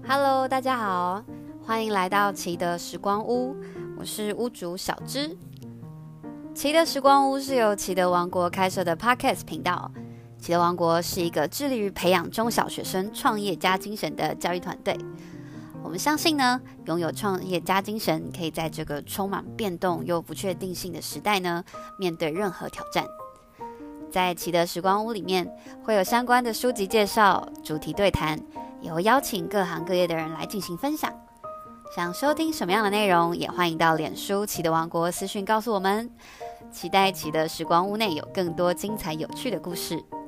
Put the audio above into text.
Hello， 大家好，欢迎来到奇的时光屋，我是屋主小芝。奇的时光屋是由奇德王国开设的 Podcast 频道。奇德王国是一个致力于培养中小学生创业家精神的教育团队。我们相信呢，拥有创业家精神，可以在这个充满变动又不确定性的时代呢，面对任何挑战。在奇德时光屋里面，会有相关的书籍介绍、主题对谈，也会邀请各行各业的人来进行分享。想收听什么样的内容，也欢迎到脸书奇德王国私讯告诉我们。期待奇德时光屋内有更多精彩有趣的故事。